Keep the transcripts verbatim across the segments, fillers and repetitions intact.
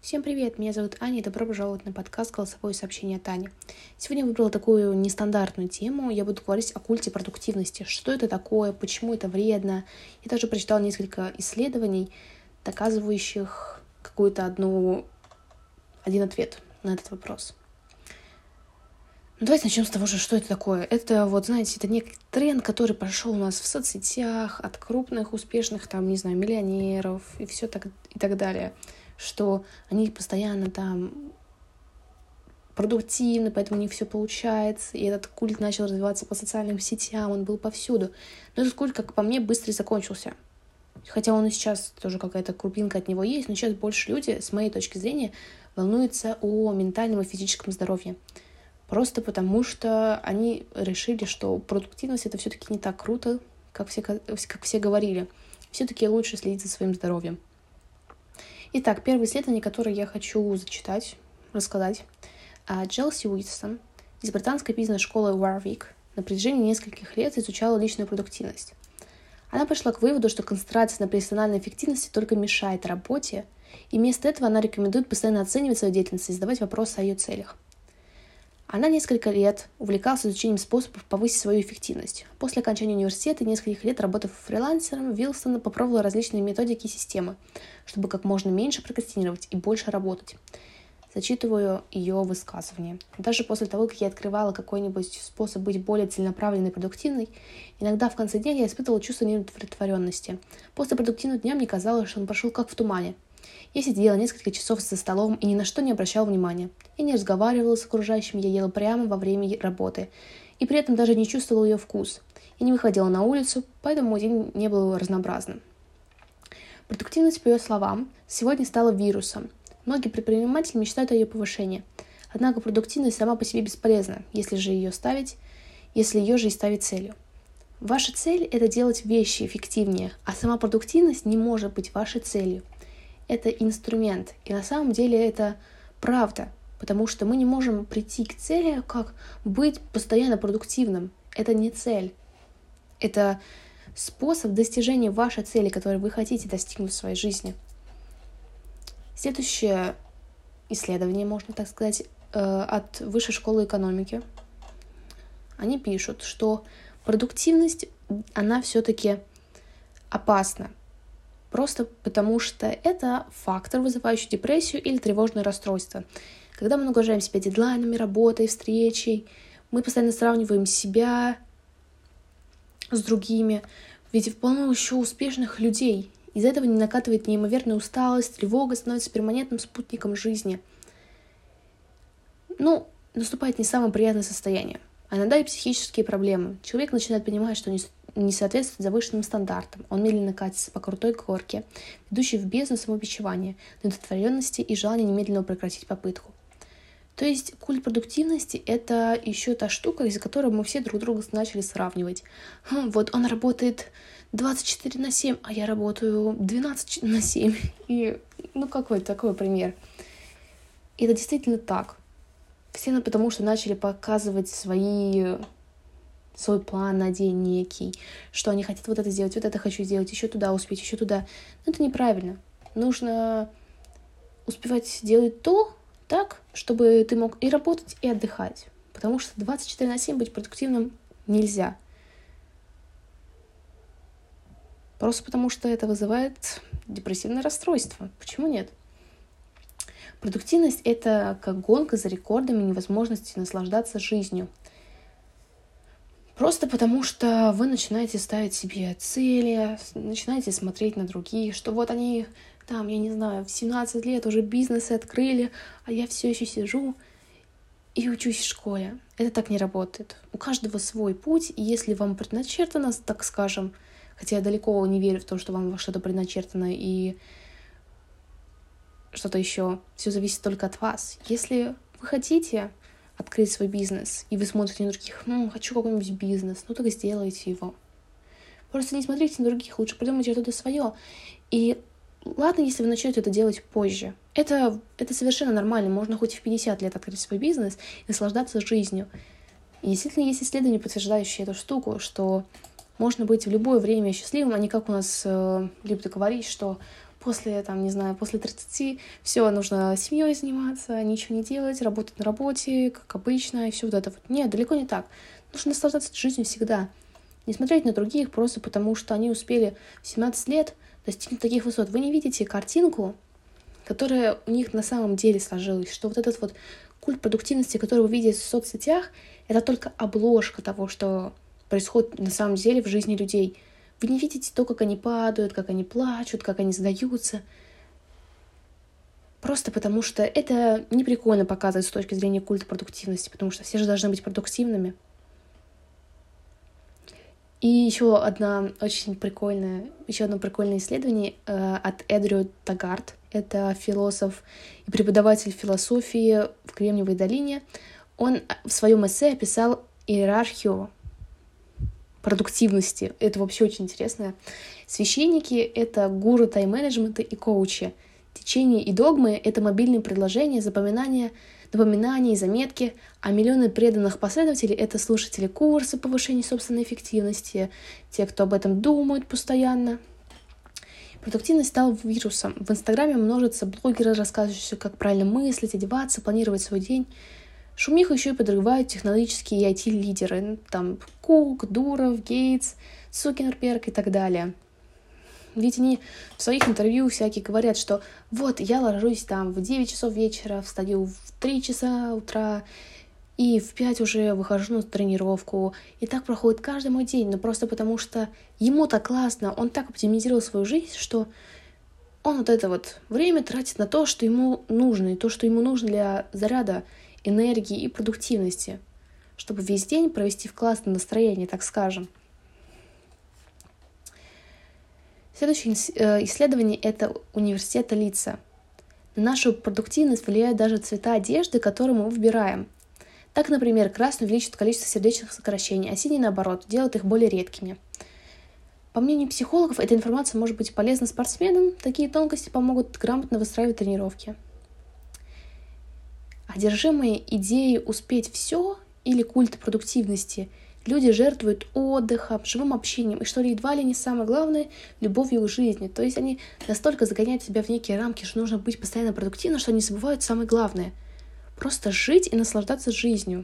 Всем привет, меня зовут Аня, и добро пожаловать на подкаст «Голосовое сообщение от Ани». Сегодня я выбрала такую нестандартную тему, я буду говорить о культе продуктивности. Что это такое, почему это вредно. Я также прочитала несколько исследований, доказывающих какую-то одну, один ответ на этот вопрос. Ну, давайте начнем с того же, что это такое. Это, вот, знаете, это некий тренд, который пошел у нас в соцсетях от крупных, успешных, там, не знаю, миллионеров и все так, и так далее, что они постоянно там продуктивны, поэтому у них все получается, и этот культ начал развиваться по социальным сетям, он был повсюду. Но этот культ, как по мне, быстро и закончился. Хотя он и сейчас тоже какая-то крупинка от него есть, но сейчас больше люди, с моей точки зрения, волнуются о ментальном и физическом здоровье. Просто потому, что они решили, что продуктивность — это все-таки не так круто, как все, как все говорили. Все-таки лучше следить за своим здоровьем. Итак, первое исследование, которое я хочу зачитать, рассказать. Челси Уитсон из британской бизнес-школы Warwick на протяжении нескольких лет изучала личную продуктивность. Она пришла к выводу, что концентрация на профессиональной эффективности только мешает работе, и вместо этого она рекомендует постоянно оценивать свою деятельность и задавать вопросы о ее целях. Она несколько лет увлекалась изучением способов повысить свою эффективность. После окончания университета и нескольких лет работав фрилансером, Вилсон попробовала различные методики и системы, чтобы как можно меньше прокрастинировать и больше работать. Зачитываю ее высказывание. Даже после того, как я открывала какой-нибудь способ быть более целенаправленной и продуктивной, иногда в конце дня я испытывала чувство неудовлетворенности. После продуктивного дня мне казалось, что он прошел как в тумане. Я сидела несколько часов за столом и ни на что не обращала внимания. Я не разговаривала с окружающими, я ела прямо во время работы. И при этом даже не чувствовала ее вкус. Я не выходила на улицу, поэтому мой день не был разнообразным. Продуктивность, по ее словам, сегодня стала вирусом. Многие предприниматели мечтают о ее повышении. Однако продуктивность сама по себе бесполезна, если же ее ставить, если ее же и ставить целью. Ваша цель – это делать вещи эффективнее, а сама продуктивность не может быть вашей целью. Это инструмент, и на самом деле это правда, потому что мы не можем прийти к цели, как быть постоянно продуктивным. Это не цель, это способ достижения вашей цели, которую вы хотите достигнуть в своей жизни. Следующее исследование, можно так сказать, от Высшей школы экономики. Они пишут, что продуктивность, она все-таки опасна. Просто потому что это фактор, вызывающий депрессию или тревожное расстройство. Когда мы нагружаем себя дедлайнами, работой, встречей, мы постоянно сравниваем себя с другими. Ведь полно еще успешных людей. Из-за этого не накатывает неимоверная усталость, тревога становится перманентным спутником жизни. Ну, наступает не самое приятное состояние, а иногда и психические проблемы. Человек начинает понимать, что не не соответствует завышенным стандартам. Он медленно катится по крутой горке, ведущей в бездну самобичевания, неудовлетворенности и желания немедленно прекратить попытку. То есть культ продуктивности — это еще та штука, из-за которой мы все друг друга начали сравнивать. Хм, вот он работает двадцать четыре на семь, а я работаю двенадцать на семь. И, ну, какой такой пример. И это действительно так. Все потому что начали показывать свои... свой план на день некий, что они хотят вот это сделать, вот это хочу сделать, еще туда успеть, еще туда. Но это неправильно. Нужно успевать делать то так, чтобы ты мог и работать, и отдыхать. Потому что двадцать четыре на семь быть продуктивным нельзя. Просто потому что это вызывает депрессивное расстройство. Почему нет? Продуктивность — это как гонка за рекордами невозможности наслаждаться жизнью. Просто потому, что вы начинаете ставить себе цели, начинаете смотреть на других, что вот они там, я не знаю, в семнадцать лет уже бизнесы открыли, а я все еще сижу и учусь в школе. Это так не работает. У каждого свой путь, и если вам предначертано, так скажем, хотя я далеко не верю в то, что вам что-то предначертано и что-то еще, все зависит только от вас. Если вы хотите открыть свой бизнес, и вы смотрите на других, «Хм, хочу какой-нибудь бизнес», ну так и сделайте его. Просто не смотрите на других, лучше придумайте что-то свое. И ладно, если вы начнете это делать позже. Это, это совершенно нормально. Можно хоть в пятьдесят лет открыть свой бизнес и наслаждаться жизнью. И действительно есть исследования, подтверждающие эту штуку, что можно быть в любое время счастливым, а не как у нас э, любят говорить, что после, там, не знаю, после тридцати все, нужно семьей заниматься, ничего не делать, работать на работе, как обычно, и все вот это вот. Нет, далеко не так. Нужно наслаждаться жизнью всегда. Не смотреть на других просто потому, что они успели в семнадцать лет достигнуть таких высот. Вы не видите картинку, которая у них на самом деле сложилась, что вот этот вот культ продуктивности, который вы видите в соцсетях, это только обложка того, что происходит на самом деле в жизни людей. Вы не видите то, как они падают, как они плачут, как они сдаются. Просто потому что это не прикольно показывать с точки зрения культа продуктивности, потому что все же должны быть продуктивными. И еще одна очень прикольная, еще одно прикольное исследование э, от Эндрю Тагард. Это философ и преподаватель философии в Кремниевой долине. Он в своем эссе описал иерархию продуктивности. Это вообще очень интересно. Священники — это гуру тайм-менеджмента и коучи. Течение и догмы — это мобильные предложения, запоминания, напоминания и заметки, а миллионы преданных последователей — это слушатели курса повышения собственной эффективности, те, кто об этом думают постоянно. Продуктивность стала вирусом. В Инстаграме множатся блогеры, рассказывающие, как правильно мыслить, одеваться, планировать свой день. Шумиху еще и подрывают технологические и ай ти-лидеры. Там Кук, Дуров, Гейтс, Цукерберг и так далее. Ведь они в своих интервью всякие говорят, что вот я ложусь там в девять часов вечера, встаю в три часа утра, и в пять уже выхожу на тренировку. И так проходит каждый мой день, но просто потому что ему так классно, он так оптимизировал свою жизнь, что он вот это вот время тратит на то, что ему нужно, и то, что ему нужно для заряда энергии и продуктивности, чтобы весь день провести в классном настроении, так скажем. Следующее исследование — это университета Лидса. На нашу продуктивность влияют даже цвета одежды, которые мы выбираем. Так, например, красный увеличивает количество сердечных сокращений, а синий, наоборот, делает их более редкими. По мнению психологов, эта информация может быть полезна спортсменам. Такие тонкости помогут грамотно выстраивать тренировки. Одержимые идеей успеть все или культ продуктивности, люди жертвуют отдыхом, живым общением и, что ли, едва ли не самое главное, любовью к жизни. То есть они настолько загоняют себя в некие рамки, что нужно быть постоянно продуктивным, что они забывают самое главное — просто жить и наслаждаться жизнью.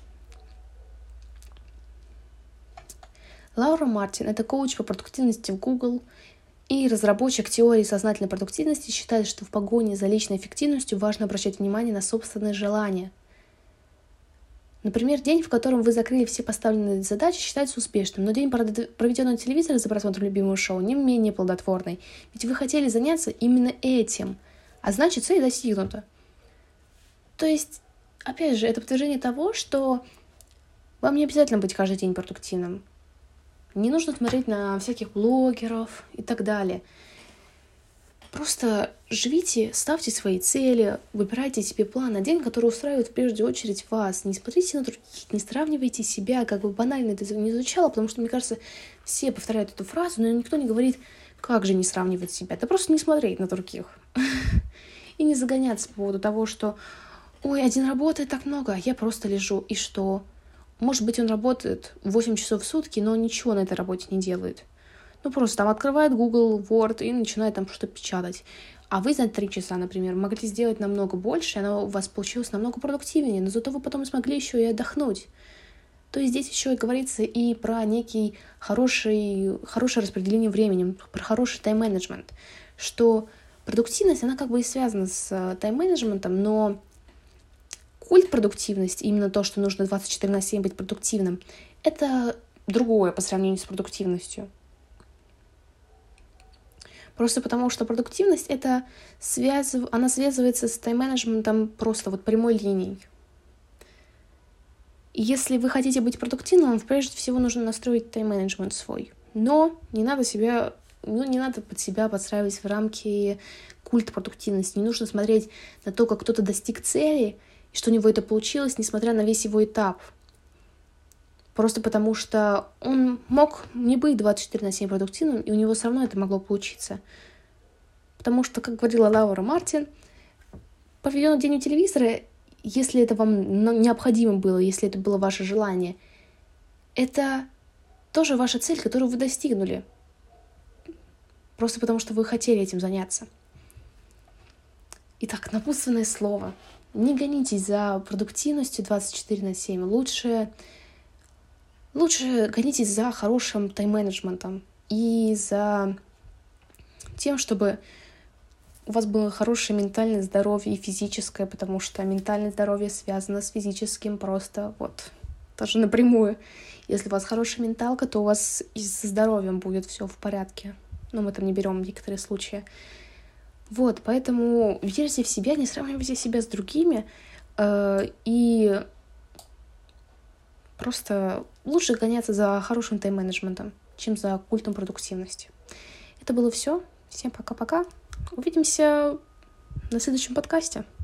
Лаура Мартин — это коуч по продуктивности в Google и разработчик теории сознательной продуктивности, считает, что в погоне за личной эффективностью важно обращать внимание на собственные желания. Например, день, в котором вы закрыли все поставленные задачи, считается успешным, но день, проведенный на телевизоре за просмотром любимого шоу, не менее плодотворный. Ведь вы хотели заняться именно этим, а значит, цель достигнута. То есть, опять же, это подтверждение того, что вам не обязательно быть каждый день продуктивным. Не нужно смотреть на всяких блогеров и так далее. Просто живите, ставьте свои цели, выбирайте себе план на день, который устраивает в прежде очередь вас. Не смотрите на других, не сравнивайте себя, как бы банально это не звучало, потому что, мне кажется, все повторяют эту фразу, но никто не говорит, как же не сравнивать себя. Это просто не смотреть на других. И не загоняться по поводу того, что ой, один работает так много, а я просто лежу. И что? Может быть, он работает восемь часов в сутки, но ничего на этой работе не делает. Ну, просто там открывает Google, Word и начинает там что-то печатать. А вы за три часа, например, могли сделать намного больше, и оно у вас получилось намного продуктивнее, но зато вы потом смогли еще и отдохнуть. То есть здесь еще и говорится и про некий хороший, хорошее распределение времени, про хороший тайм-менеджмент, что продуктивность, она как бы и связана с тайм-менеджментом, но культ продуктивности, именно то, что нужно двадцать четыре на семь быть продуктивным, это другое по сравнению с продуктивностью. Просто потому, что продуктивность, это связ... она связывается с тайм-менеджментом просто вот прямой линией. И если вы хотите быть продуктивным, прежде всего нужно настроить тайм-менеджмент свой. Но не надо себя, ну, не надо под себя подстраивать в рамки культа продуктивности. Не нужно смотреть на то, как кто-то достиг цели, и что у него это получилось, несмотря на весь его этап. Просто потому что он мог не быть двадцать четыре на семь продуктивным, и у него все равно это могло получиться. Потому что, как говорила Лаура Мартин, проведенный день у телевизора, если это вам необходимо было, если это было ваше желание, это тоже ваша цель, которую вы достигнули. просто потому что вы хотели этим заняться. Итак, напутственное слово. Не гонитесь за продуктивностью двадцать четыре на семь. Лучше, лучше гонитесь за хорошим тайм-менеджментом и за тем, чтобы у вас было хорошее ментальное здоровье и физическое, потому что ментальное здоровье связано с физическим просто вот даже напрямую. Если у вас хорошая менталка, то у вас и со здоровьем будет все в порядке. Но мы там не берем некоторые случаи. Вот, поэтому верьте в себя, не сравнивайте себя с другими, э, и просто лучше гоняться за хорошим тайм-менеджментом, чем за культом продуктивности. Это было все. Всем пока-пока. Увидимся на следующем подкасте.